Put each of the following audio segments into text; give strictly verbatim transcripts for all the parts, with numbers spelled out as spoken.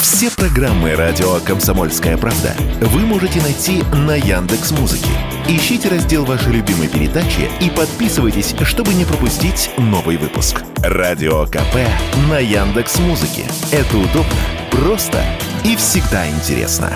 Все программы радио «Комсомольская правда» вы можете найти на Яндекс.Музыке. Ищите раздел вашей любимой передачи и подписывайтесь, чтобы не пропустить новый выпуск. Радио КП на Яндекс.Музыке. Это удобно, просто и всегда интересно.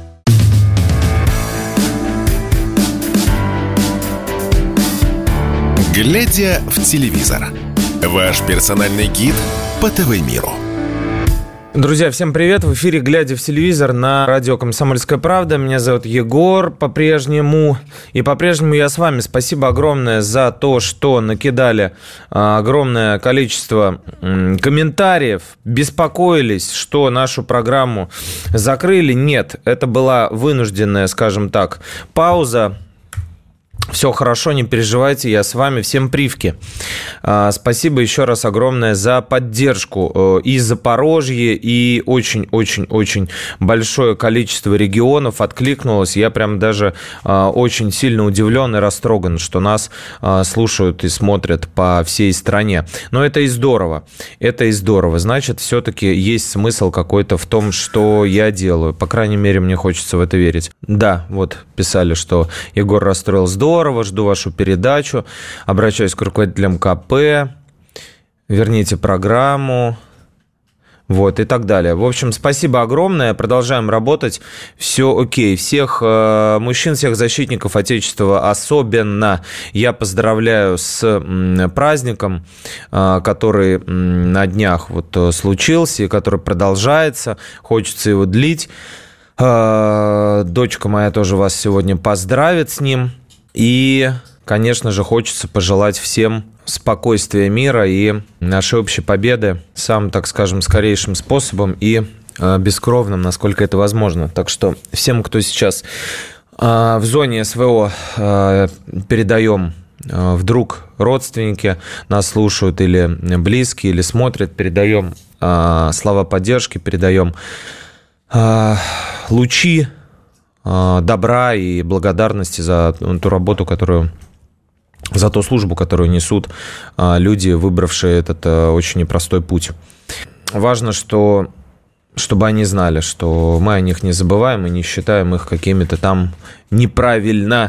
Глядя в телевизор. Ваш персональный гид по ТВ-миру. Друзья, всем привет! В эфире «Глядя в телевизор» на радио «Комсомольская правда». Меня зовут Егор по-прежнему. И по-прежнему я с вами. Спасибо огромное за то, что накидали огромное количество комментариев, беспокоились, что нашу программу закрыли. Нет, это была вынужденная, скажем так, пауза. Все хорошо, не переживайте, я с вами. Всем привки. Спасибо еще раз огромное за поддержку. И Запорожье, и очень-очень-очень большое количество регионов откликнулось. Я прям даже очень сильно удивлен и растроган, что нас слушают и смотрят по всей стране. Но это и здорово. Это и здорово. Значит, все-таки есть смысл какой-то в том, что я делаю. По крайней мере, мне хочется в это верить. Да, вот писали, что Егор расстроил здорово. Здорово, жду вашу передачу. Обращаюсь к руководителям КП. Верните программу. Вот, и так далее. В общем, спасибо огромное. Продолжаем работать. Все окей. Всех э, мужчин, всех защитников Отечества особенно я поздравляю с праздником, э, который на днях вот случился и который продолжается. Хочется его длить. Э, дочка моя тоже вас сегодня поздравит с ним. И, конечно же, хочется пожелать всем спокойствия, мира и нашей общей победы самым, так скажем, скорейшим способом и э, бескровным, насколько это возможно. Так что всем, кто сейчас э, в зоне СВО, э, передаем, э, вдруг родственники нас слушают или близкие, или смотрят, передаем э, слова поддержки, передаем э, лучи добра и благодарности за ту работу, которую, за ту службу, которую несут люди, выбравшие этот очень непростой путь. Важно, что, чтобы они знали, что мы о них не забываем и не считаем их какими-то там неправильно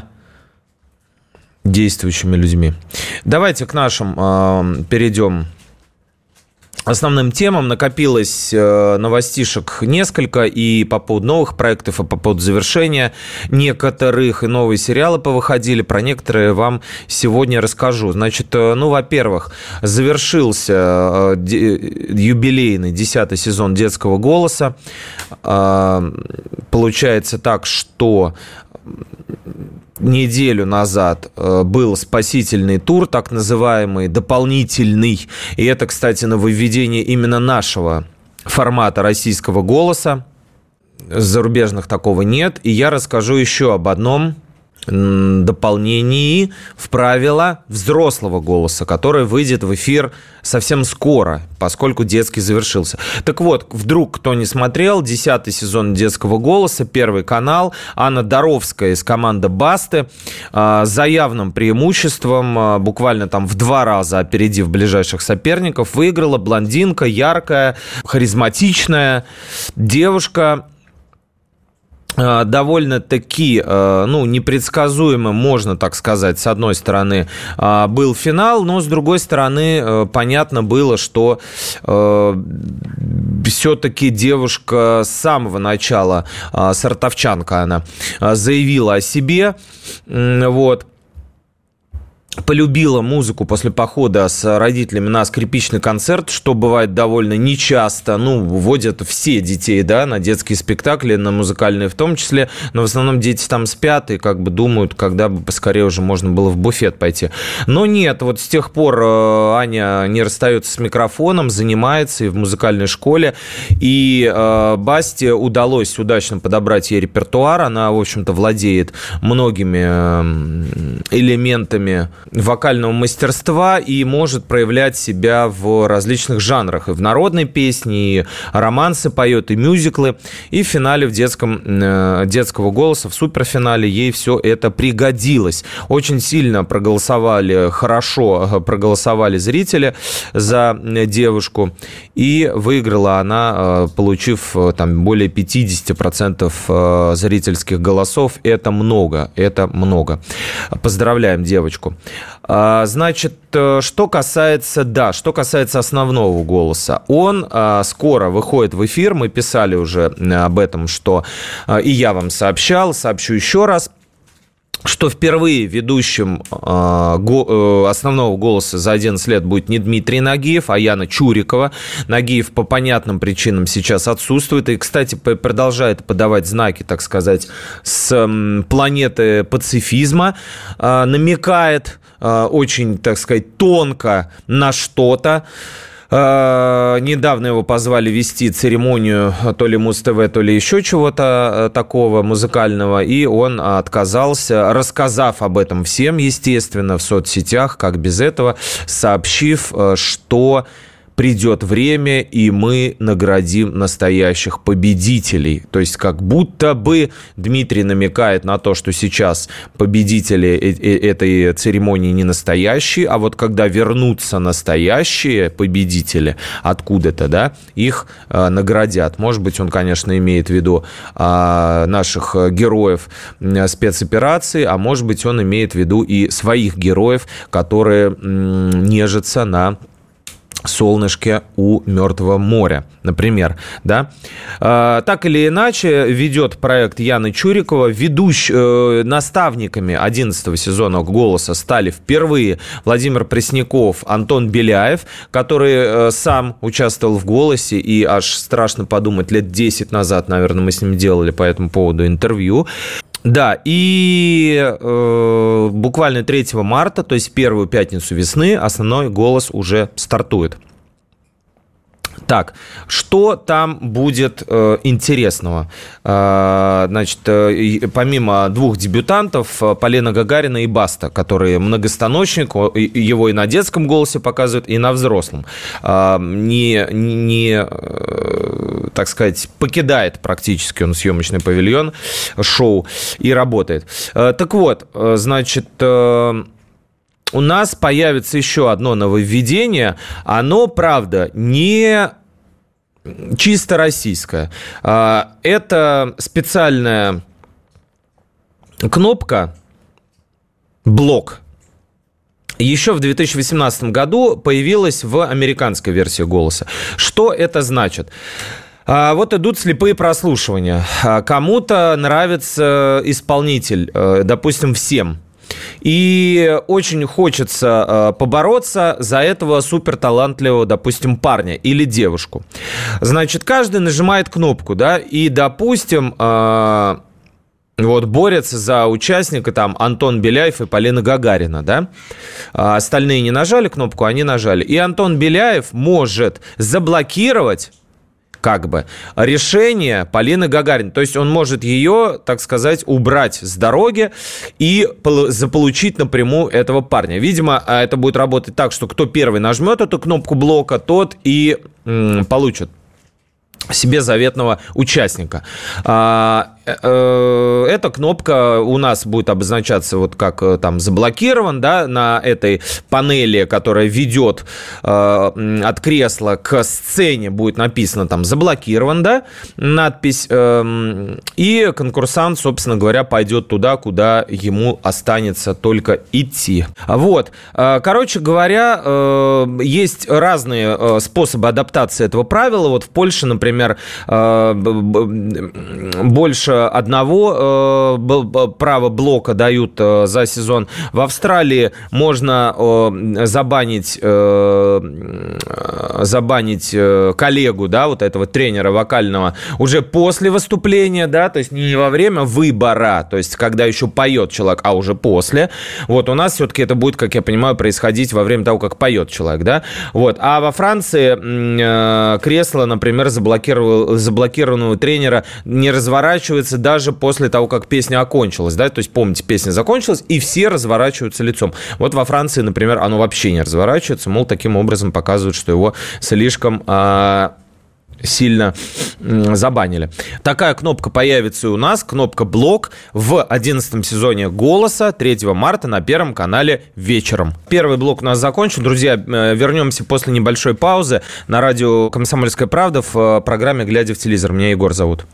действующими людьми. Давайте к нашим э, перейдем. Основным темам накопилось новостишек несколько и по поводу новых проектов, и по поводу завершения некоторых, и новые сериалы повыходили. Про некоторые вам сегодня расскажу. Значит, ну, во-первых, завершился юбилейный десятый сезон «Детского голоса». Получается так, что неделю назад был спасительный тур, так называемый, дополнительный. И это, кстати, нововведение именно нашего формата российского голоса. Зарубежных такого нет. И я расскажу еще об одном дополнении в правила взрослого голоса, которое выйдет в эфир совсем скоро, поскольку детский завершился. Так вот, вдруг кто не смотрел, десятый сезон «Детского голоса», Первый канал, Анна Доровская из команды «Басты», за явным преимуществом, буквально там в два раза опередив ближайших соперников, выиграла блондинка, яркая, харизматичная девушка, довольно-таки, ну, непредсказуемо, можно так сказать. С одной стороны, был финал, но с другой стороны, понятно было, что все-таки девушка с самого начала, сартовчанка она, заявила о себе, вот. Полюбила музыку после похода с родителями на скрипичный концерт, что бывает довольно нечасто. Ну, водят все детей, да, на детские спектакли, на музыкальные в том числе. Но в основном дети там спят и как бы думают, когда бы поскорее уже можно было в буфет пойти. Но нет, вот с тех пор Аня не расстается с микрофоном, занимается и в музыкальной школе. И э, Басте удалось удачно подобрать ей репертуар. Она, в общем-то, владеет многими элементами вокального мастерства и может проявлять себя в различных жанрах. И в народной песне, и романсы поет, и мюзиклы. И в финале в детском, э, детского голоса, в суперфинале ей все это пригодилось. Очень сильно проголосовали, хорошо проголосовали зрители за девушку. И выиграла она, получив там более пятьдесят процентов зрительских голосов. Это много, это много. Поздравляем девочку. Значит, что касается, да, что касается основного голоса. Он скоро выходит в эфир. Мы писали уже об этом, что и я вам сообщал, сообщу еще раз, что впервые ведущим э, го, э, основного голоса за одиннадцать лет будет не Дмитрий Нагиев, а Яна Чурикова. Нагиев по понятным причинам сейчас отсутствует и, кстати, продолжает подавать знаки, так сказать, с э, планеты пацифизма, э, намекает э, очень, так сказать, тонко на что-то. Недавно его позвали вести церемонию то ли Муз-ТВ, то ли еще чего-то такого музыкального, и он отказался, рассказав об этом всем, естественно, в соцсетях, как без этого, сообщив, что придет время, и мы наградим настоящих победителей. То есть как будто бы Дмитрий намекает на то, что сейчас победители этой церемонии не настоящие, а вот когда вернутся настоящие победители откуда-то, да, их э, наградят. Может быть, он, конечно, имеет в виду э, наших героев э, спецоперации, а может быть, он имеет в виду и своих героев, которые э, нежатся на солнышке у Мертвого моря, например, да. А, так или иначе, ведет проект Яна Чурикова. Ведущ, э, наставниками одиннадцатого сезона «Голоса» стали впервые Владимир Пресняков, Антон Беляев, который э, сам участвовал в «Голосе», и аж страшно подумать, лет десять назад, наверное, мы с ним делали по этому поводу интервью. Да, и э, буквально третьего марта, то есть первую пятницу весны, основной «Голос» уже стартует. Так, что там будет э, интересного? Э, значит, э, помимо двух дебютантов, Полина Гагарина и Баста, которые многостаночник, его и на детском «Голосе» показывают, и на взрослом. Э, не, не э, так сказать, покидает практически он съемочный павильон, шоу, и работает. Э, так вот, э, значит... Э, У нас появится еще одно нововведение. Оно, правда, не чисто российское. Это специальная кнопка «Блок». Еще в две тысячи восемнадцатом году появилась в американской версии «Голоса». Что это значит? Вот идут слепые прослушивания. Кому-то нравится исполнитель, допустим, всем. И очень хочется э, побороться за этого суперталантливого, допустим, парня или девушку. Значит, каждый нажимает кнопку, да, и, допустим, э, вот борются за участника там Антон Беляев и Полина Гагарина, да. А остальные не нажали кнопку, они нажали. И Антон Беляев может заблокировать как бы решение Полины Гагариной. То есть он может ее, так сказать, убрать с дороги и заполучить напрямую этого парня. Видимо, это будет работать так, что кто первый нажмет эту кнопку блока, тот и м, получит себе заветного участника. Эта кнопка у нас будет обозначаться вот как там заблокирован, да, на этой панели, которая ведет э, от кресла к сцене, будет написано там заблокирован, да, надпись, э, и конкурсант, собственно говоря, пойдет туда, куда ему останется только идти. Вот, короче говоря, э, есть разные способы адаптации этого правила. Вот в Польше, например, э, больше одного э, права блока дают э, за сезон. В Австралии можно э, забанить, э, забанить э, коллегу, да, вот этого тренера вокального уже после выступления, да, то есть не во время выбора, то есть когда еще поет человек, а уже после. Вот у нас все-таки это будет, как я понимаю, происходить во время того, как поет человек, да. Вот. А во Франции э, кресло, например, заблокированного тренера не разворачивается двигаться даже после того, как песня окончилась, да, то есть, помните, песня закончилась, и все разворачиваются лицом. Вот во Франции, например, оно вообще не разворачивается, мол, таким образом показывают, что его слишком... А- сильно забанили. Такая кнопка появится и у нас, кнопка «Блок» в одиннадцатом сезоне «Голоса» третьего марта на Первом канале вечером. Первый блок у нас закончен. Друзья, вернемся после небольшой паузы на радио «Комсомольская правда» в программе «Глядя в телевизор». Меня Егор зовут.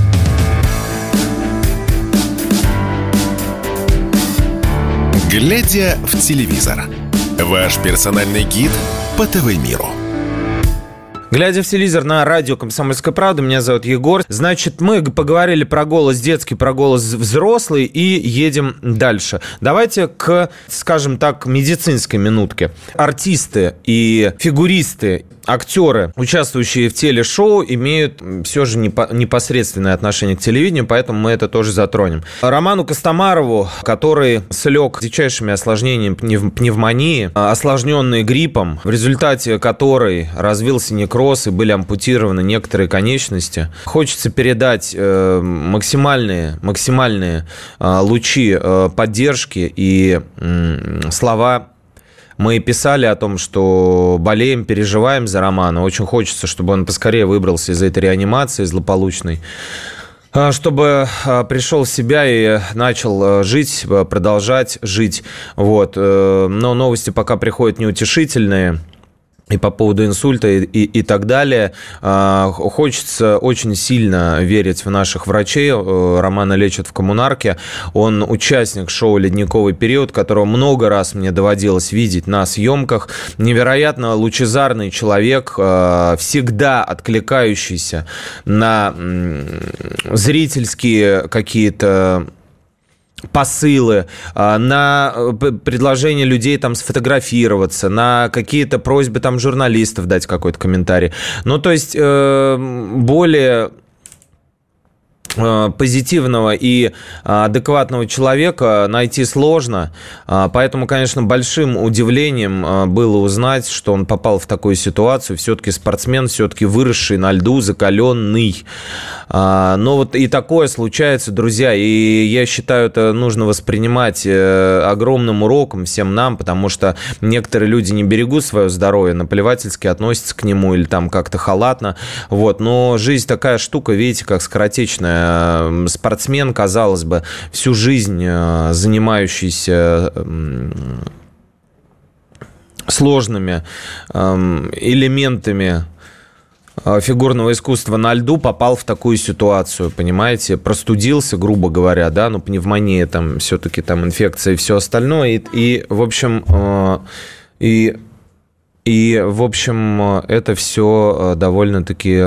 «Глядя в телевизор» – ваш персональный гид по ТВ-миру. Глядя в телевизор на радио «Комсомольская правда», меня зовут Егор. Значит, мы поговорили про голос детский, про голос взрослый и едем дальше. Давайте к, скажем так, медицинской минутке. Артисты и фигуристы, актеры, участвующие в телешоу, имеют все же непосредственное отношение к телевидению, поэтому мы это тоже затронем. Роману Костомарову, который слег с дичайшими осложнениями пневмонии, осложненной гриппом, в результате которой развился некроз и были ампутированы некоторые конечности, хочется передать максимальные, максимальные лучи поддержки и слова. Мы писали о том, что болеем, переживаем за Романа. Очень хочется, чтобы он поскорее выбрался из этой реанимации злополучной, чтобы пришел в себя и начал жить, продолжать жить. Вот. Но новости пока приходят неутешительные. И по поводу инсульта, и, и, и так далее. Хочется очень сильно верить в наших врачей. Романа лечат в Коммунарке. Он участник шоу «Ледниковый период», которого много раз мне доводилось видеть на съемках. Невероятно лучезарный человек, всегда откликающийся на зрительские какие-то посылы, на предложение людей там сфотографироваться, на какие-то просьбы там журналистов дать какой-то комментарий. Ну, то есть более позитивного и адекватного человека найти сложно. Поэтому, конечно, большим удивлением было узнать, что он попал в такую ситуацию. Все-таки спортсмен, все-таки выросший на льду, закаленный. Но вот и такое случается, друзья. И я считаю, это нужно воспринимать огромным уроком всем нам, потому что некоторые люди не берегут свое здоровье, наплевательски относятся к нему или там как-то халатно. Вот. Но жизнь такая штука, видите, как скоротечная. Спортсмен, казалось бы, всю жизнь занимающийся сложными элементами фигурного искусства на льду, попал в такую ситуацию, понимаете, простудился, грубо говоря, да, ну, пневмония, там, все-таки там инфекция и все остальное, и, и в общем, и И, в общем, это все довольно-таки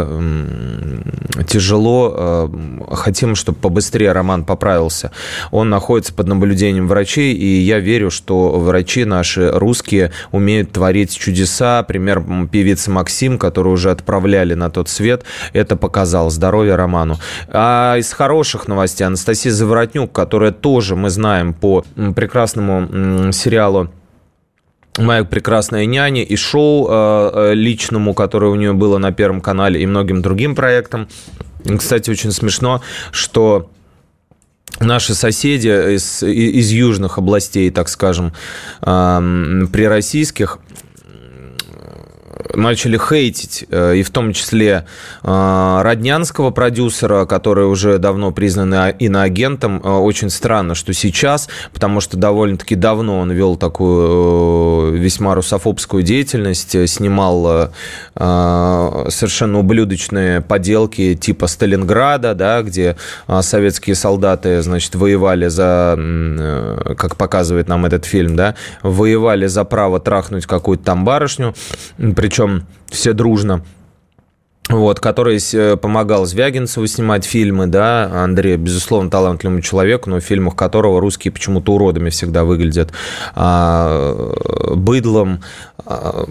тяжело. Хотим, чтобы побыстрее Роман поправился. Он находится под наблюдением врачей, и я верю, что врачи наши русские умеют творить чудеса. Пример певицы Максим, которую уже отправляли на тот свет, это показал. Здоровье Роману. А из хороших новостей Анастасия Заворотнюк, которая тоже, мы знаем, по прекрасному сериалу «Моя прекрасная няня» и шоу э, личному, которое у нее было на Первом канале, и многим другим проектам. Кстати, очень смешно, что наши соседи из, из южных областей, так скажем, э, прироссийских, начали хейтить, и в том числе роднянского продюсера, который уже давно признан иноагентом. Очень странно, что сейчас, потому что довольно-таки давно он вел такую весьма русофобскую деятельность, снимал совершенно ублюдочные поделки типа Сталинграда, да, где советские солдаты, значит, воевали за, как показывает нам этот фильм, да, воевали за право трахнуть какую-то там барышню, причем все дружно. Вот, который помогал Звягинцеву снимать фильмы, да, Андрей, безусловно, талантливому человеку, но в фильмах которого русские почему-то уродами всегда выглядят, а, быдлом, а,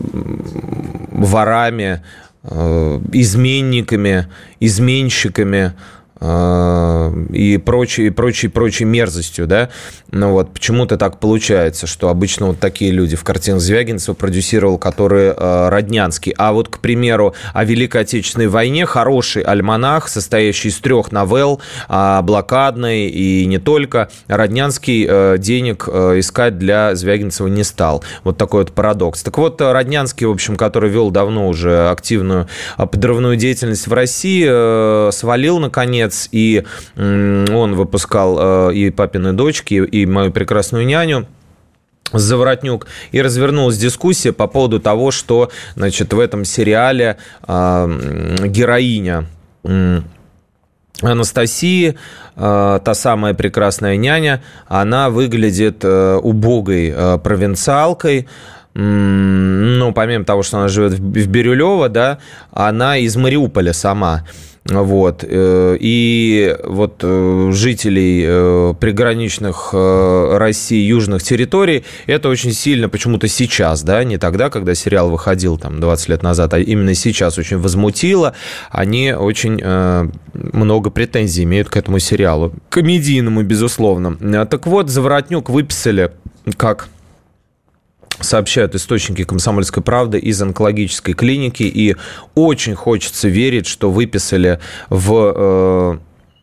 ворами, а, изменниками, изменщиками. и прочей, и прочей, прочей мерзостью, да, ну вот, почему-то так получается, что обычно вот такие люди в картинах Звягинцева продюсировал, которые э, Роднянский, а вот, к примеру, о Великой Отечественной войне хороший альманах, состоящий из трех новелл, э, блокадной и не только, Роднянский э, денег э, искать для Звягинцева не стал, вот такой вот парадокс. Так вот, Роднянский, в общем, который вел давно уже активную подрывную деятельность в России, э, свалил, наконец, и он выпускал и «Папины дочки», и «Мою прекрасную няню», Заворотнюк, и развернулась дискуссия по поводу того, что, значит, в этом сериале э, героиня э, Анастасии, э, та самая прекрасная няня, она выглядит э, убогой э, провинциалкой. Ну, помимо того, что она живет в Бирюлево, да, она из Мариуполя сама. Вот. И вот жителей приграничных России южных территорий это очень сильно почему-то сейчас, да, не тогда, когда сериал выходил там двадцать лет назад, а именно сейчас очень возмутило. Они очень много претензий имеют к этому сериалу. Комедийному, безусловно. Так вот, Заворотнюк выписали как... сообщают источники «Комсомольской правды» из онкологической клиники, и очень хочется верить, что выписали в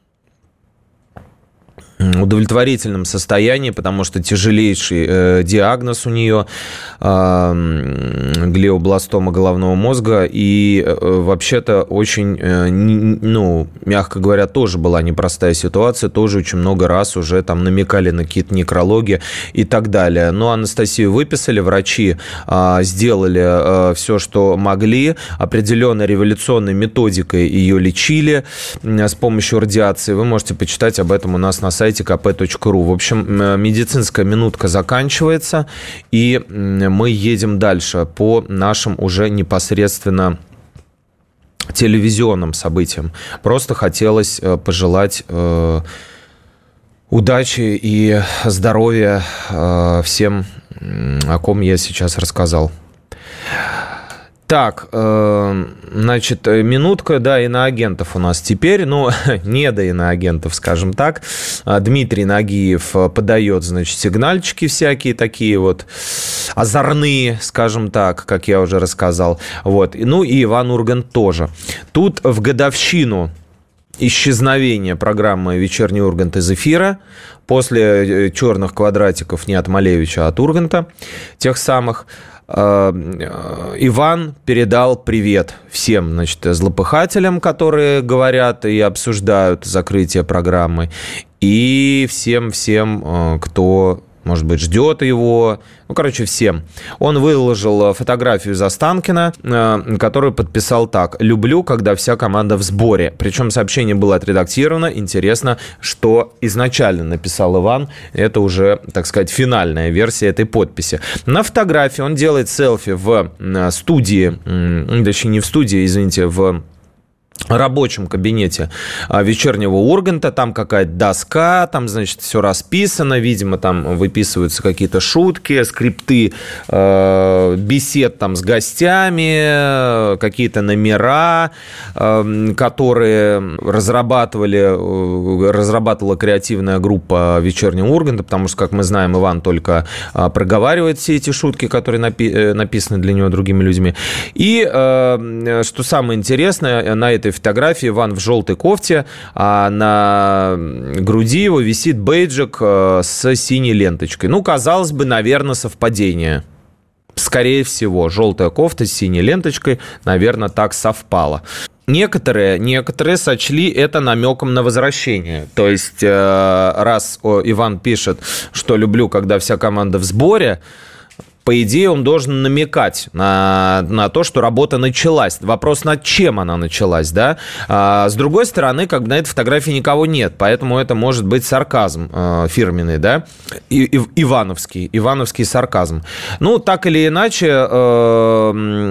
э, удовлетворительном состоянии, потому что тяжелейший э, диагноз у нее, э, глиобластома головного мозга, и э, вообще-то очень, э, не, ну, мягко говоря, тоже была непростая ситуация, тоже очень много раз уже там намекали на какие-то некрологи и так далее. Но Анастасию выписали, врачи э, сделали э, все, что могли, определенной революционной методикой ее лечили э, с помощью радиации. Вы можете почитать об этом у нас на сайте ка пэ точка ру. В общем, медицинская минутка заканчивается, и мы едем дальше по нашим уже непосредственно телевизионным событиям. Просто хотелось пожелать э, удачи и здоровья э, всем, о ком я сейчас рассказал. Так, э, значит, минутка, да, иноагентов у нас теперь, ну, не до иноагентов, скажем так. Дмитрий Нагиев подает, значит, сигнальчики всякие такие вот озорные, скажем так, как я уже рассказал. Вот. Ну, и Иван Ургант тоже. Тут в годовщину исчезновения программы «Вечерний Ургант» из эфира, после черных квадратиков не от Малевича, а от Урганта, тех самых, Иван передал привет всем, значит, злопыхателям, которые говорят и обсуждают закрытие программы, и всем-всем, кто, может быть, ждет его, ну, короче, всем. Он выложил фотографию из Останкина, которую подписал так: «Люблю, когда вся команда в сборе». Причем сообщение было отредактировано. Интересно, что изначально написал Иван. Это уже, так сказать, финальная версия этой подписи. На фотографии он делает селфи в студии, точнее, не в студии, извините, в рабочем кабинете «Вечернего Урганта». Там какая-то доска, там, значит, все расписано. Видимо, там выписываются какие-то шутки, скрипты э, бесед там с гостями, какие-то номера, э, которые разрабатывали, разрабатывала креативная группа «Вечернего Урганта», потому что, как мы знаем, Иван только проговаривает все эти шутки, которые напи- написаны для него другими людьми. И, э, что самое интересное, на этой фотографии Иван в желтой кофте, а на груди его висит бейджик с синей ленточкой. Ну, казалось бы, наверное, совпадение. Скорее всего, желтая кофта с синей ленточкой, наверное, так совпало. Некоторые, некоторые сочли это намеком на возвращение. То есть, раз Иван пишет, что люблю, когда вся команда в сборе, по идее, он должен намекать на, на то, что работа началась. Вопрос, над чем она началась, да? А, с другой стороны, как бы на этой фотографии никого нет, поэтому это может быть сарказм э, фирменный, да? И, и, ивановский, ивановский сарказм. Ну, так или иначе, э,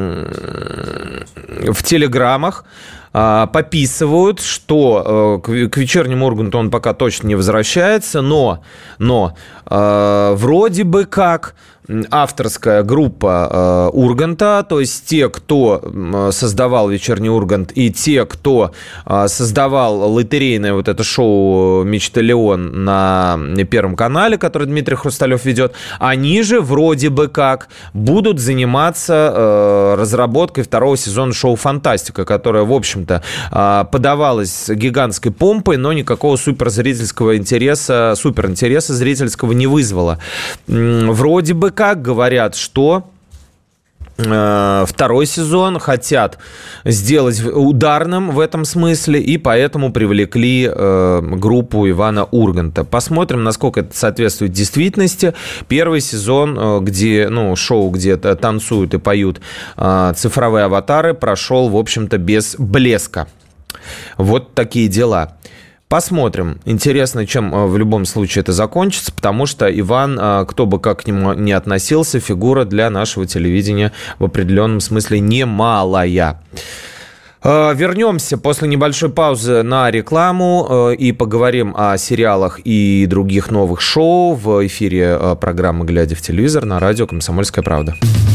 в телеграммах пописывают, что э, к вечернему Урганту он пока точно не возвращается, но, но э, вроде бы как авторская группа э, Урганта, то есть те, кто создавал «Вечерний Ургант», и те, кто э, создавал лотерейное вот это шоу «Мечталион» на Первом канале, которое Дмитрий Хрусталев ведет, они же вроде бы как будут заниматься э, разработкой второго сезона шоу «Фантастика», которое, в общем-то, э, подавалось гигантской помпой, но никакого суперзрительского интереса, суперинтереса зрительского не вызвало. Вроде бы как говорят, что второй сезон хотят сделать ударным в этом смысле, и поэтому привлекли э, группу Ивана Урганта. Посмотрим, насколько это соответствует действительности. Первый сезон, э, где, ну, шоу, где танцуют и поют э, цифровые аватары, прошел, в общем-то, без блеска. Вот такие дела. Посмотрим. Интересно, чем в любом случае это закончится, потому что Иван, кто бы как к нему ни относился, фигура для нашего телевидения в определенном смысле немалая. Вернемся после небольшой паузы на рекламу и поговорим о сериалах и других новых шоу в эфире программы «Глядя в телевизор» на радио «Комсомольская правда».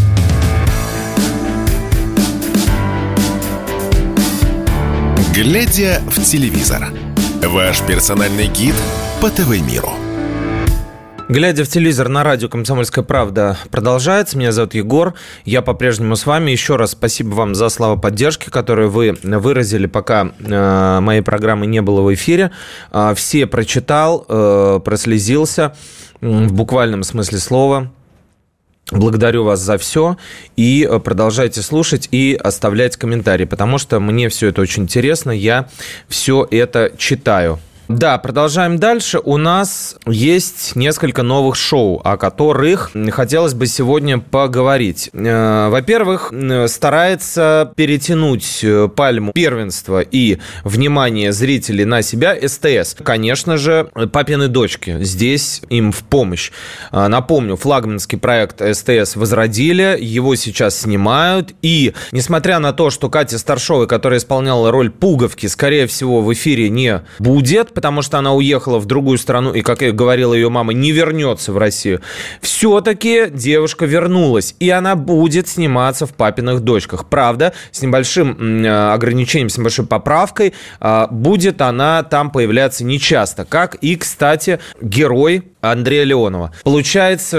«Глядя в телевизор». Ваш персональный гид по ТВ-миру. «Глядя в телевизор» на радио «Комсомольская правда» продолжается. Меня зовут Егор. Я по-прежнему с вами. Еще раз спасибо вам за слова поддержки, которые вы выразили, пока э, моей программы не было в эфире. Э, все прочитал, э, прослезился э, в буквальном смысле слова. Благодарю вас за все, и продолжайте слушать и оставлять комментарии, потому что мне все это очень интересно, я все это читаю. Да, продолжаем дальше. У нас есть несколько новых шоу, о которых хотелось бы сегодня поговорить. Во-первых, старается перетянуть пальму первенства и внимание зрителей на себя СТС. Конечно же, «Папины дочки» здесь им в помощь. Напомню, флагманский проект СТС возродили, его сейчас снимают, и несмотря на то, что Катя Старшова, которая исполняла роль Пуговки, скорее всего, в эфире не будет, потому что она уехала в другую страну и, как говорила ее мама, не вернется в Россию. Все-таки девушка вернулась, и она будет сниматься в «Папиных дочках». Правда, с небольшим ограничением, с небольшой поправкой, будет она там появляться нечасто, как и, кстати, герой Андрея Леонова. Получается,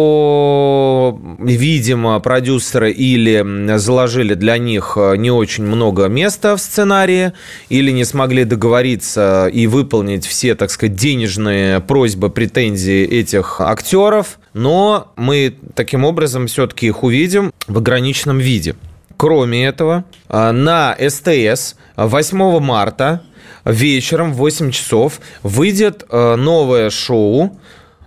что, видимо, продюсеры или заложили для них не очень много места в сценарии, или не смогли договориться и выполнить все, так сказать, денежные просьбы, претензии этих актеров, но мы таким образом все-таки их увидим в ограниченном виде. Кроме этого, на СТС восьмого марта вечером в восемь часов выйдет новое шоу,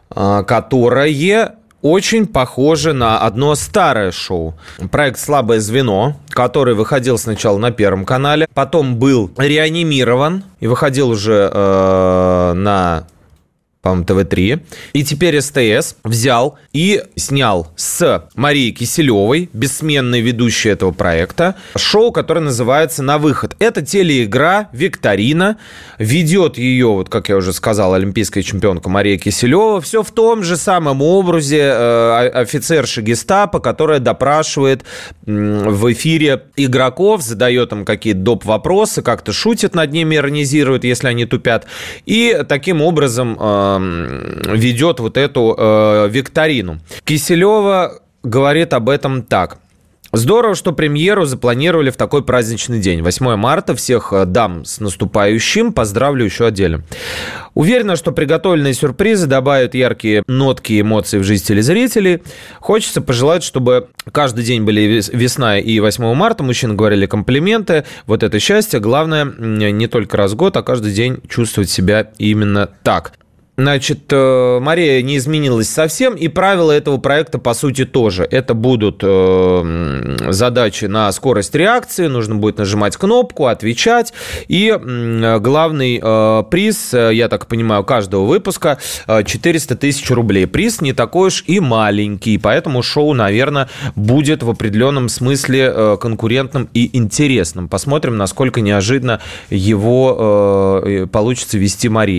которое очень похоже на одно старое шоу. Проект «Слабое звено», который выходил сначала на Первом канале, потом был реанимирован и выходил уже э, на, по-моему, тэ вэ три. И теперь СТС взял и снял с Марией Киселевой, бессменной ведущей этого проекта, шоу, которое называется «На выход». Это телеигра, викторина. Ведет ее, вот как я уже сказал, олимпийская чемпионка Мария Киселева. Все в том же самом образе э, офицерши гестапо, которая допрашивает э, в эфире игроков, задает им какие-то доп. Вопросы, как-то шутит над ними, иронизирует, если они тупят. И таким образом э, ведет вот эту э, викторину. Киселева говорит об этом так. Здорово, что премьеру запланировали в такой праздничный день. восьмое марта. Всех дам с наступающим. Поздравлю еще отдельно. Уверена, что приготовленные сюрпризы добавят яркие нотки и эмоции в жизнь телезрителей. Хочется пожелать, чтобы каждый день были весна и восьмое марта. Мужчины говорили комплименты. Вот это счастье. Главное, не только раз в год, а каждый день чувствовать себя именно так. Значит, Мария не изменилась совсем, и правила этого проекта, по сути, тоже. Это будут э, задачи на скорость реакции, нужно будет нажимать кнопку, отвечать, и э, главный э, приз, я так понимаю, каждого выпуска четыреста тысяч рублей. Приз не такой уж и маленький, поэтому шоу, наверное, будет в определенном смысле э, конкурентным и интересным. Посмотрим, насколько неожиданно его э, получится вести Марии.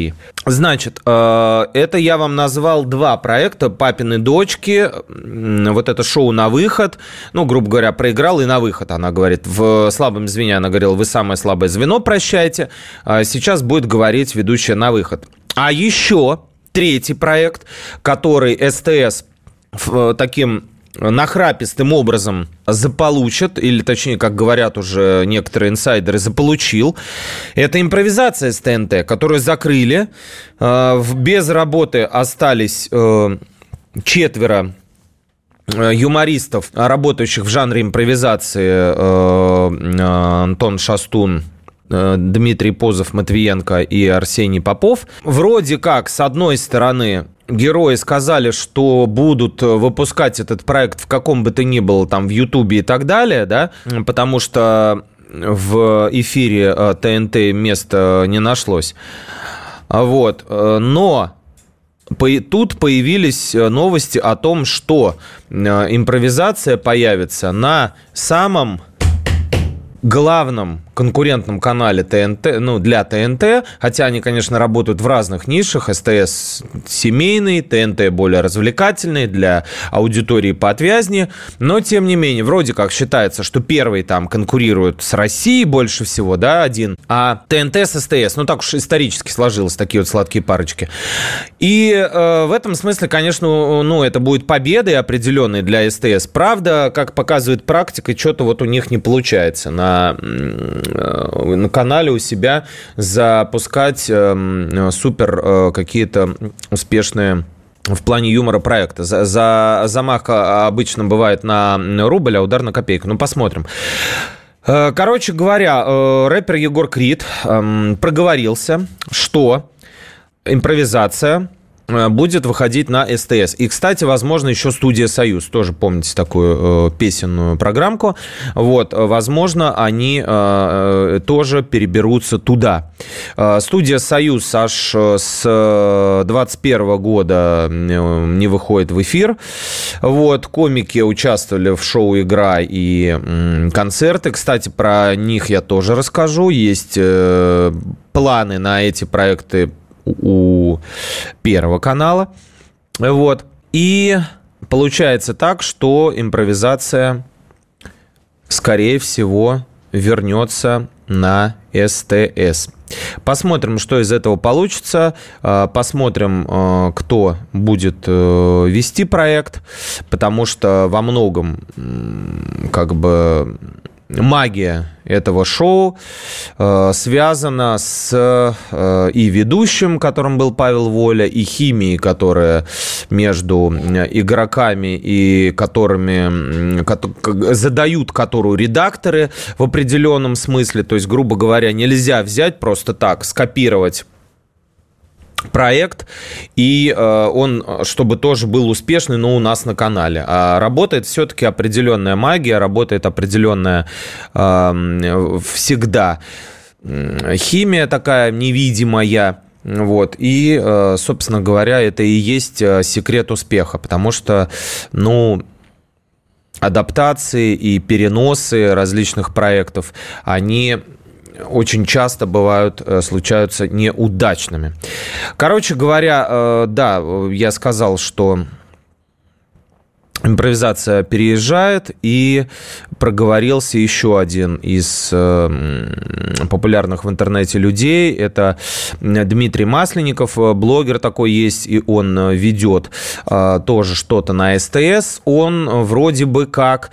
Значит, это я вам назвал два проекта «Папины дочки». Вот это шоу «На выход». Ну, грубо говоря, проиграл и на выход. Она говорит, в слабом звене она говорила, вы самое слабое звено, прощайте. Сейчас будет говорить ведущая «На выход». А еще третий проект, который СТС таким нахрапистым образом заполучат, или точнее, как говорят уже некоторые инсайдеры, заполучил. Это импровизация с ТНТ, которую закрыли. Без работы остались четверо юмористов, работающих в жанре импровизации: Антон Шастун, Дмитрий Позов, Матвиенко и Арсений Попов. Вроде как, с одной стороны, герои сказали, что будут выпускать этот проект в каком бы то ни было, там, в Ютубе и так далее, да, потому что в эфире ТНТ места не нашлось. Вот. Но тут появились новости о том, что импровизация появится на самом главном конкурентном канале ТНТ, ну, для ТНТ, хотя они, конечно, работают в разных нишах. СТС семейный, ТНТ более развлекательный, для аудитории поотвязнее, но, тем не менее, вроде как считается, что первый там конкурирует с Россией больше всего, да, один, а ТНТ с СТС, ну, так уж исторически сложилось, такие вот сладкие парочки. И э, в этом смысле, конечно, ну, это будет победой определенной для СТС. Правда, как показывает практика, что-то вот у них не получается на на канале у себя запускать э, супер э, какие-то успешные в плане юмора проекта. За, за замах обычно бывает на рубль, а удар на копейку. Ну, посмотрим. Короче говоря, рэпер Егор Крид э, проговорился, что импровизация будет выходить на СТС. И, кстати, возможно, еще «Студия Союз». Тоже помните такую э, песенную программку. Вот, возможно, они э, тоже переберутся туда. Э, «Студия Союз» аж с двадцать первого года не выходит в эфир. Вот, комики участвовали в шоу «Игра» и м, концерты. Кстати, про них я тоже расскажу. Есть э, планы на эти проекты у Первого канала. Вот. И получается так, что импровизация, скорее всего, вернется на СТС. Посмотрим, что из этого получится. Посмотрим, кто будет вести проект, потому что во многом как бы магия этого шоу э, связана с э, и ведущим, которым был Павел Воля, и химией, которая между игроками и которыми ко- задают которую редакторы в определенном смысле. То есть, грубо говоря, нельзя взять просто так, скопировать проект, и э, он, чтобы тоже был успешный, но у нас на канале. А работает все-таки определенная магия, работает определенная э, всегда химия такая невидимая. Вот. И, э, собственно говоря, это и есть секрет успеха, потому что, ну, адаптации и переносы различных проектов, они очень часто бывают, случаются неудачными. Короче говоря, да, я сказал, что импровизация переезжает, и проговорился еще один из популярных в интернете людей. Это Дмитрий Масленников, блогер такой есть, и он ведет тоже что-то на СТС. Он вроде бы как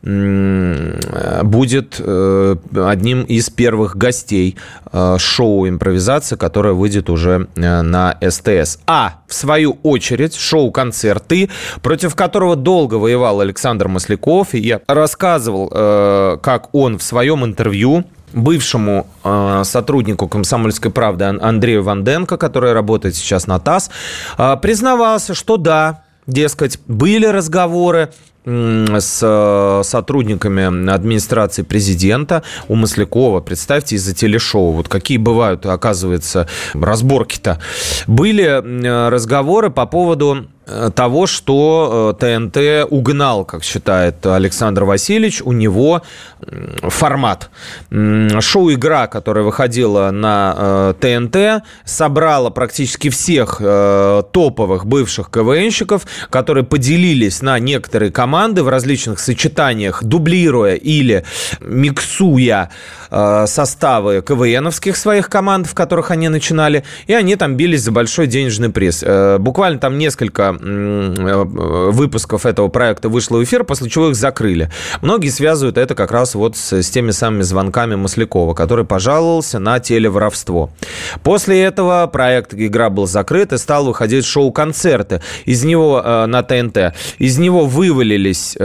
будет одним из первых гостей шоу «Импровизация», которое выйдет уже на СТС. А, в свою очередь, шоу «Концерты», против которого долго Долго воевал Александр Масляков, и я рассказывал, как он в своем интервью бывшему сотруднику «Комсомольской правды» Андрею Ванденко, который работает сейчас на ТАСС, признавался, что да, дескать, были разговоры с сотрудниками администрации президента у Маслякова, представьте, из-за телешоу. Вот какие бывают, оказывается, разборки-то. Были разговоры по поводу того, что ТНТ угнал, как считает Александр Васильевич, у него формат. Шоу-игра, которая выходила на ТНТ, собрала практически всех топовых бывших КВНщиков, которые поделились на некоторые команды в различных сочетаниях, дублируя или миксуя составы КВНовских своих команд, в которых они начинали, и они там бились за большой денежный приз. Буквально там несколько выпусков этого проекта вышло в эфир, после чего их закрыли. Многие связывают это как раз вот с, с теми самыми звонками Маслякова, который пожаловался на телеворовство. После этого проект «Игра» был закрыт, и стал выходить шоу-концерты. Из него э, на ТНТ. Из него вывалились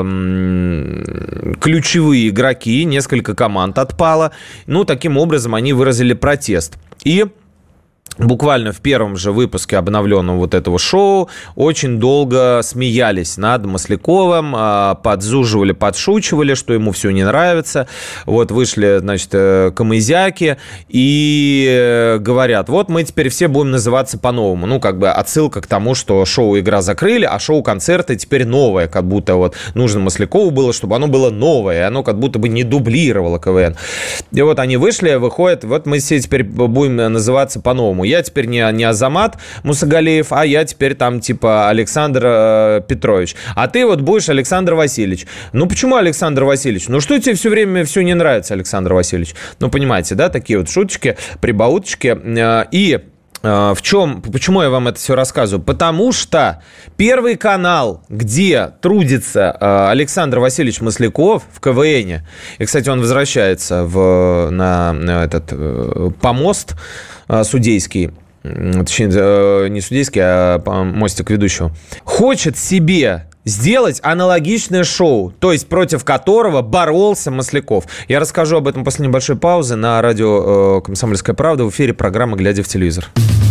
э, ключевые игроки, несколько команд отпало. Ну, таким образом, они выразили протест. И буквально в первом же выпуске обновленного вот этого шоу очень долго смеялись над Масляковым, подзуживали, подшучивали, что ему все не нравится. Вот вышли, значит, камызяки и говорят, вот мы теперь все будем называться по-новому. Ну, как бы отсылка к тому, что шоу-игра закрыли, а шоу-концерты теперь новое, как будто вот нужно Маслякову было, чтобы оно было новое, и оно как будто бы не дублировало КВН. И вот они вышли, выходят, вот мы все теперь будем называться по-новому. Я теперь не, не Азамат Мусагалиев, а я теперь там типа Александр э, Петрович. А ты вот будешь Александр Васильевич. Ну, почему Александр Васильевич? Ну, что тебе все время все не нравится, Александр Васильевич? Ну, понимаете, да, такие вот шуточки, прибауточки. Э, и э, в чем, почему я вам это все рассказываю? Потому что Первый канал, где трудится э, Александр Васильевич Масляков в КВНе, и, кстати, он возвращается в, на, на этот э, помост судейский, точнее, не судейский, а мостик ведущего, хочет себе сделать аналогичное шоу, то есть против которого боролся Масляков. Я расскажу об этом после небольшой паузы на радио «Комсомольская правда» в эфире программы «Глядя в телевизор».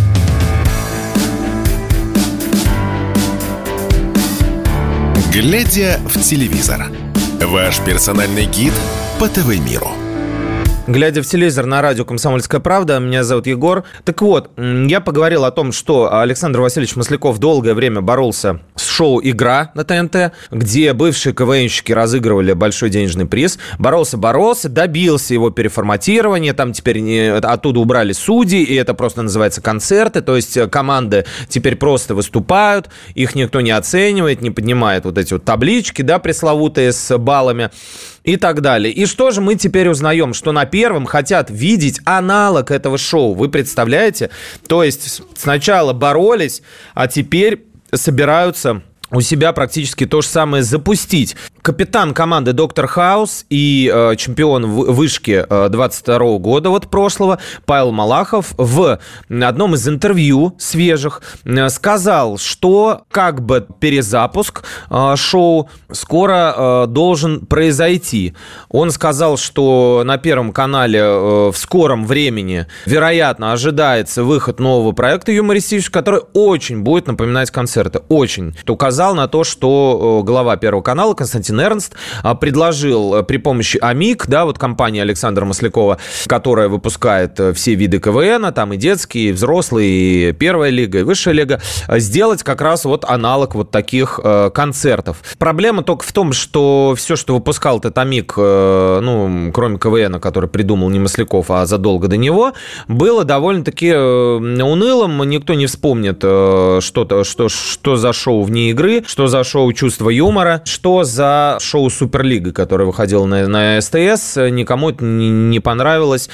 «Глядя в телевизор» – ваш персональный гид по ТВ-миру. Глядя в телевизор на радио «Комсомольская правда», меня зовут Егор. Так вот, я поговорил о том, что Александр Васильевич Масляков долгое время боролся с шоу «Игра» на ТНТ, где бывшие КВНщики разыгрывали большой денежный приз. Боролся-боролся, добился его переформатирования, там теперь не, оттуда убрали судьи, и это просто называется концерты, то есть команды теперь просто выступают, их никто не оценивает, не поднимает вот эти вот таблички, да, пресловутые с баллами и так далее. И что же мы теперь узнаем? Что на первом хотят видеть аналог этого шоу. Вы представляете? То есть сначала боролись, а теперь собираются у себя практически то же самое запустить. Капитан команды «Доктор Хаус» и э, чемпион вышки э, двадцать второго года, вот прошлого, Павел Малахов, в одном из интервью свежих э, сказал, что как бы перезапуск э, шоу скоро э, должен произойти. Он сказал, что на Первом канале э, в скором времени, вероятно, ожидается выход нового проекта юмористического, который очень будет напоминать концерты. Очень. Указал на то, что глава Первого канала Константин Эрнст предложил при помощи АМИК, да, вот компания Александра Маслякова, которая выпускает все виды КВНа, там и детские, и взрослые, и первая лига, и высшая лига, сделать как раз вот аналог вот таких э, концертов. Проблема только в том, что все, что выпускал этот АМИК, э, ну, кроме КВНа, который придумал не Масляков, а задолго до него, было довольно-таки э, унылым. Никто не вспомнит, э, что-то, что, что за шоу вне игры, что за шоу «Чувство юмора», что за шоу «Суперлига», которое выходило на, на СТС. Никому это не, не понравилось,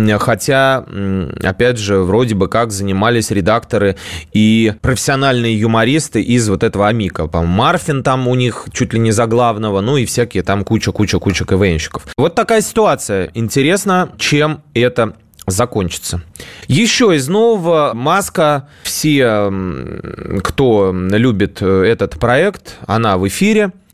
хотя, опять же, вроде бы как занимались редакторы и профессиональные юмористы из вот этого АМИКа. По-моему, Марфин там у них чуть ли не за главного, ну и всякие там куча-куча-куча КВНщиков. Вот такая ситуация. Интересно, чем это закончится. Еще из нового: Маска. Все, кто любит этот проект, она в эфире.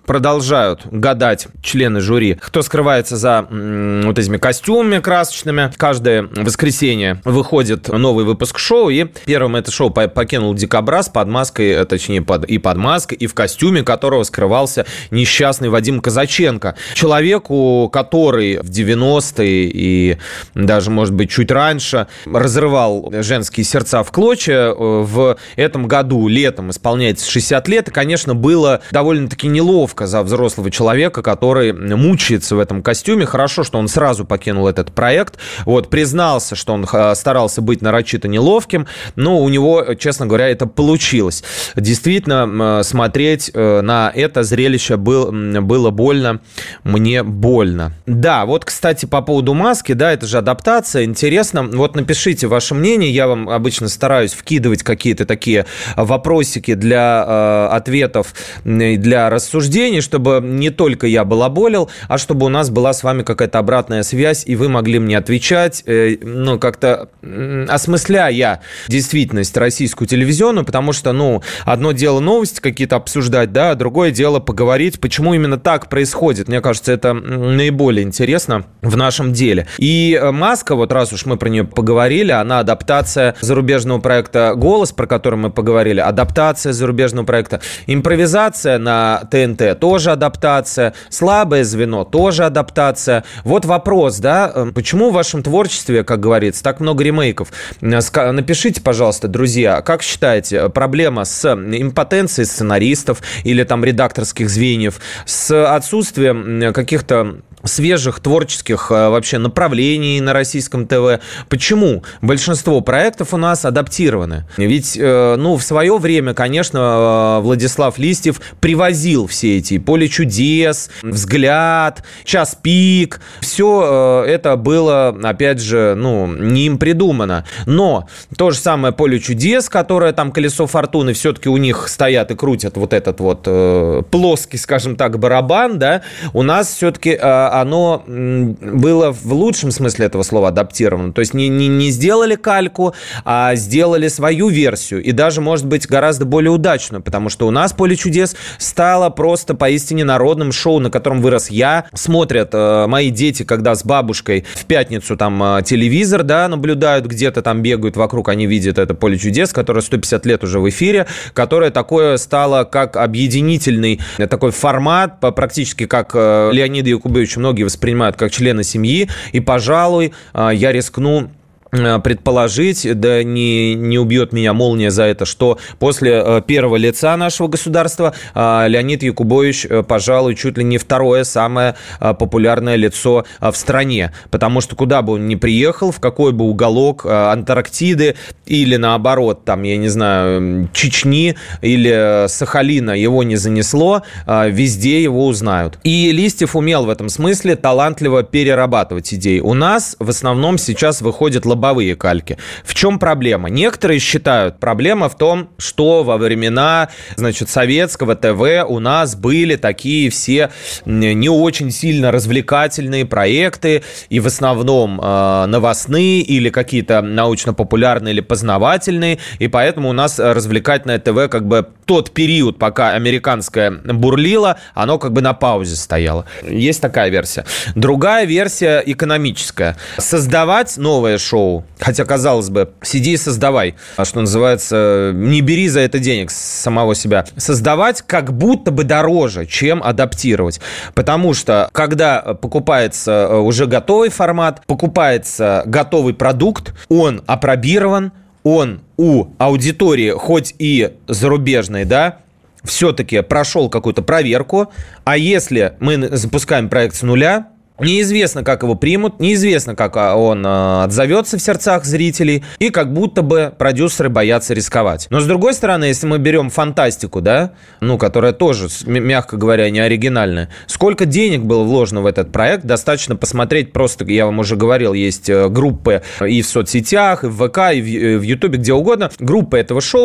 продолжают гадать члены жюри, кто скрывается за м, вот этими костюмами красочными. Каждое воскресенье выходит новый выпуск шоу, и первым это шоу покинул Дикобраз под маской, точнее, под, и под маской, и в костюме которого скрывался несчастный Вадим Казаченко. Человеку, который в девяностые и даже, может быть, чуть раньше разрывал женские сердца в клочья, в этом году летом исполняется шестьдесят лет, и, конечно, было довольно-таки неловко за взрослого человека, который мучается в этом костюме. Хорошо, что он сразу покинул этот проект, вот, признался, что он старался быть нарочито неловким, но у него, честно говоря, это получилось. Действительно, смотреть на это зрелище был, было больно, мне больно. Да, вот, кстати, по поводу маски, да, это же адаптация, интересно, вот напишите ваше мнение, я вам обычно стараюсь вкидывать какие-то такие вопросики для э, ответов, для рассуждений, чтобы не только я балаболил, а чтобы у нас была с вами какая-то обратная связь, и вы могли мне отвечать, э, ну, как-то э, осмысляя действительность российскую телевизионную, потому что, ну, одно дело новости какие-то обсуждать, да, а другое дело поговорить, почему именно так происходит. Мне кажется, это наиболее интересно в нашем деле. И «Маска», вот раз уж мы про нее поговорили, она адаптация зарубежного проекта «Голос», про который мы поговорили, адаптация зарубежного проекта, импровизация на ТНТ, тоже адаптация, слабое звено, тоже адаптация. Вот вопрос, да, почему в вашем творчестве, как говорится, так много ремейков? Напишите, пожалуйста, друзья, как считаете, проблема с импотенцией сценаристов или там редакторских звеньев, с отсутствием каких-то свежих творческих вообще направлений на российском ТВ. Почему большинство проектов у нас адаптированы? Ведь, ну, в свое время, конечно, Владислав Листьев привозил все эти «Поле чудес», «Взгляд», «Час пик». Все это было, опять же, ну, не им придумано. Но то же самое «Поле чудес», которое там «Колесо фортуны», все-таки у них стоят и крутят вот этот вот э, плоский, скажем так, барабан, да, у нас все-таки э, оно было в лучшем смысле этого слова адаптировано. То есть не, не, не сделали кальку, а сделали свою версию. И даже, может быть, гораздо более удачную, потому что у нас «Поле чудес» стало просто поистине народным шоу, на котором вырос я. Смотрят э, мои дети, когда с бабушкой в пятницу там э, телевизор, да, наблюдают, где-то там бегают вокруг, они видят это «Поле чудес», которое сто пятьдесят лет уже в эфире, которое такое стало как объединительный такой формат, практически как э, Леонида Якубовича многие воспринимают как члена семьи, и, пожалуй, э, я рискну предположить, да не, не убьет меня молния за это, что после э, первого лица нашего государства э, Леонид Якубович, э, пожалуй, чуть ли не второе самое э, популярное лицо э, в стране. Потому что куда бы он ни приехал, в какой бы уголок э, Антарктиды или, наоборот, там, я не знаю, Чечни или Сахалина его не занесло, э, везде его узнают. И Листьев умел в этом смысле талантливо перерабатывать идеи. У нас в основном сейчас выходит лаборатория лобовые кальки. В чем проблема? Некоторые считают, проблема в том, что во времена, значит, советского ТВ у нас были такие все не очень сильно развлекательные проекты, и в основном э, новостные или какие-то научно-популярные или познавательные, и поэтому у нас развлекательное ТВ, как бы тот период, пока американское бурлило, оно как бы на паузе стояло. Есть такая версия. Другая версия экономическая. Создавать новое шоу, хотя, казалось бы, сиди и создавай, что называется, не бери за это денег с самого себя. Создавать как будто бы дороже, чем адаптировать. Потому что, когда покупается уже готовый формат, покупается готовый продукт, он апробирован, он у аудитории, хоть и зарубежной, да, все-таки прошел какую-то проверку, а если мы запускаем проект с нуля, неизвестно, как его примут, неизвестно, как он отзовется в сердцах зрителей, и как будто бы продюсеры боятся рисковать. Но, с другой стороны, если мы берем фантастику, да, ну, которая тоже, мягко говоря, не оригинальная, сколько денег было вложено в этот проект, достаточно посмотреть просто, я вам уже говорил, есть группы и в соцсетях, и в ВК, и в Ютубе, где угодно, группы этого шоу,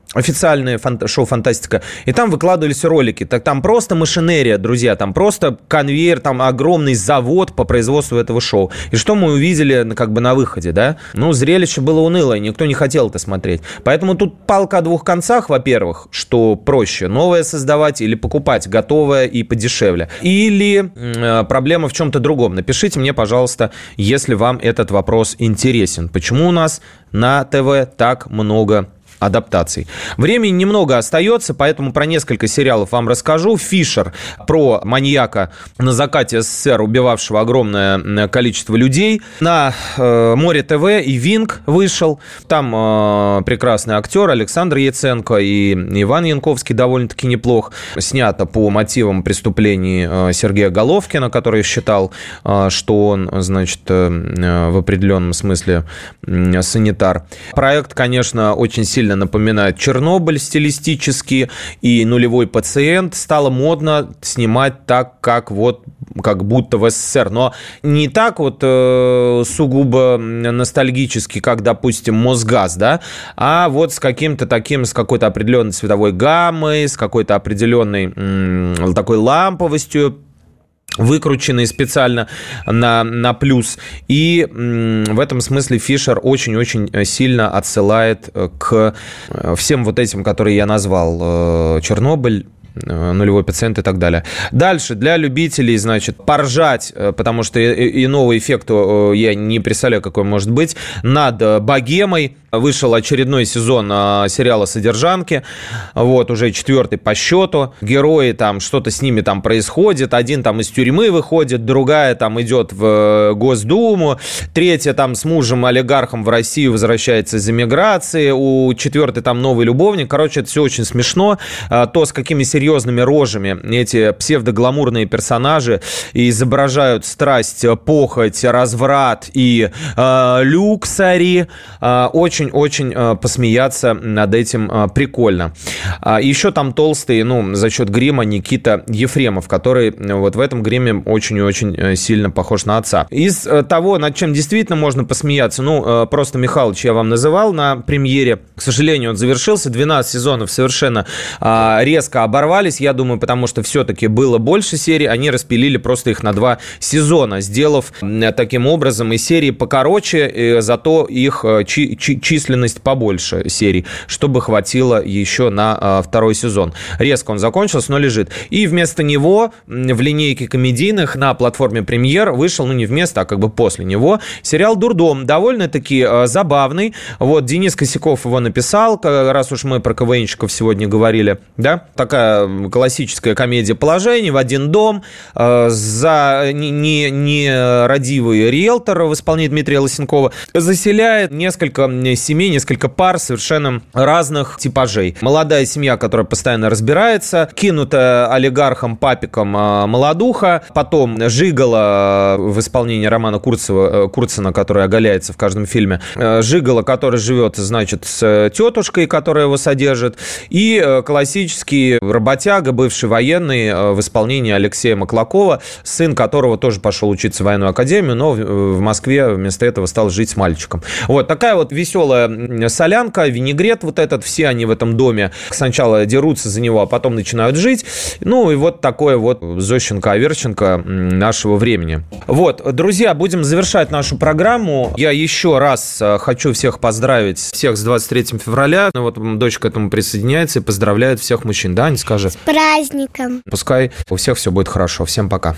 официальное фан- шоу «Фантастика», и там выкладывались ролики. Так там просто машинерия, друзья, там просто конвейер, там огромный завод по производству этого шоу. И что мы увидели как бы на выходе, да? Ну, зрелище было унылое, никто не хотел это смотреть. Поэтому тут палка о двух концах, во-первых, что проще, новое создавать или покупать готовое и подешевле. Или э, проблема в чем-то другом. Напишите мне, пожалуйста, если вам этот вопрос интересен. Почему у нас на ТВ так много адаптаций? Времени немного остается, поэтому про несколько сериалов вам расскажу. «Фишер» про маньяка на закате СССР, убивавшего огромное количество людей. На э, Море ТВ и Винг вышел. Там э, прекрасный актер Александр Яценко и Иван Янковский довольно-таки неплох. Снято по мотивам преступлений э, Сергея Головкина, который считал, э, что он, значит, э, в определенном смысле э, санитар. Проект, конечно, очень сильно напоминает Чернобыль стилистически, и «Нулевой пациент». Стало модно снимать так, как вот как будто в СССР, но не так вот э, сугубо ностальгически, как, допустим, «Мосгаз», да, а вот с каким-то таким, с какой-то определенной цветовой гаммой, с какой-то определенной м- такой ламповостью, выкрученный специально на, на плюс. И м, в этом смысле Фишер очень-очень сильно отсылает к всем вот этим, которые я назвал. Чернобыль, «Нулевой пациент» и так далее. Дальше, для любителей, значит, поржать, потому что иного эффекта я не представляю, какой может быть, над «Богемой». Вышел очередной сезон сериала «Содержанки», вот, уже четвертый по счету. Герои там, что-то с ними там происходит. Один там из тюрьмы выходит, другая там идет в Госдуму, третья там с мужем-олигархом в Россию возвращается из эмиграции, у четвертой там новый любовник. Короче, это все очень смешно. То, с какими серьезными рожами эти псевдогламурные персонажи изображают страсть, похоть, разврат и э, люксари. Э, очень очень посмеяться над этим прикольно. Еще там толстый, ну, за счет грима, Никита Ефремов, который вот в этом гриме очень-очень сильно похож на отца. Из того, над чем действительно можно посмеяться, ну, просто Михалыч я вам называл на премьере. К сожалению, он завершился. двенадцать сезонов совершенно резко оборвались. Я думаю, потому что все-таки было больше серий. Они распилили просто их на два сезона, сделав таким образом и серии покороче, зато их чи- чи- численность побольше серий, чтобы хватило еще на а, второй сезон. Резко он закончился, но лежит. И вместо него в линейке комедийных на платформе «Премьер» вышел, ну не вместо, а как бы после него, сериал «Дурдом». Довольно-таки а, забавный. Вот Денис Косяков его написал, раз уж мы про КВНщиков сегодня говорили, да, такая классическая комедия положений в один дом, а, за не, не, не радивый риэлтор в исполнении Дмитрия Лысенкова заселяет несколько семей, несколько пар совершенно разных типажей. Молодая семья, которая постоянно разбирается, кинутая олигархом, папиком молодуха, потом жигало в исполнении Романа Курцева, Курцина, который оголяется в каждом фильме, жигало, который живет, значит, с тетушкой, которая его содержит, и классический работяга, бывший военный в исполнении Алексея Маклакова, сын которого тоже пошел учиться в военную академию, но в Москве вместо этого стал жить с мальчиком. Вот такая вот веселая солянка, винегрет вот этот, все они в этом доме сначала дерутся за него, а потом начинают жить. Ну и вот такое вот Зощенко-Аверченко нашего времени. Вот, друзья, будем завершать нашу программу. Я еще раз хочу всех поздравить, всех с двадцать третьим февраля. Вот дочь к этому присоединяется и поздравляет всех мужчин. Да, Ань, скажи? С праздником. Пускай у всех все будет хорошо. Всем пока.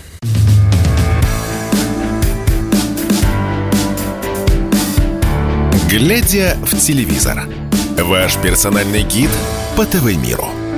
Глядя в телевизор. Ваш персональный гид по ТВ-миру.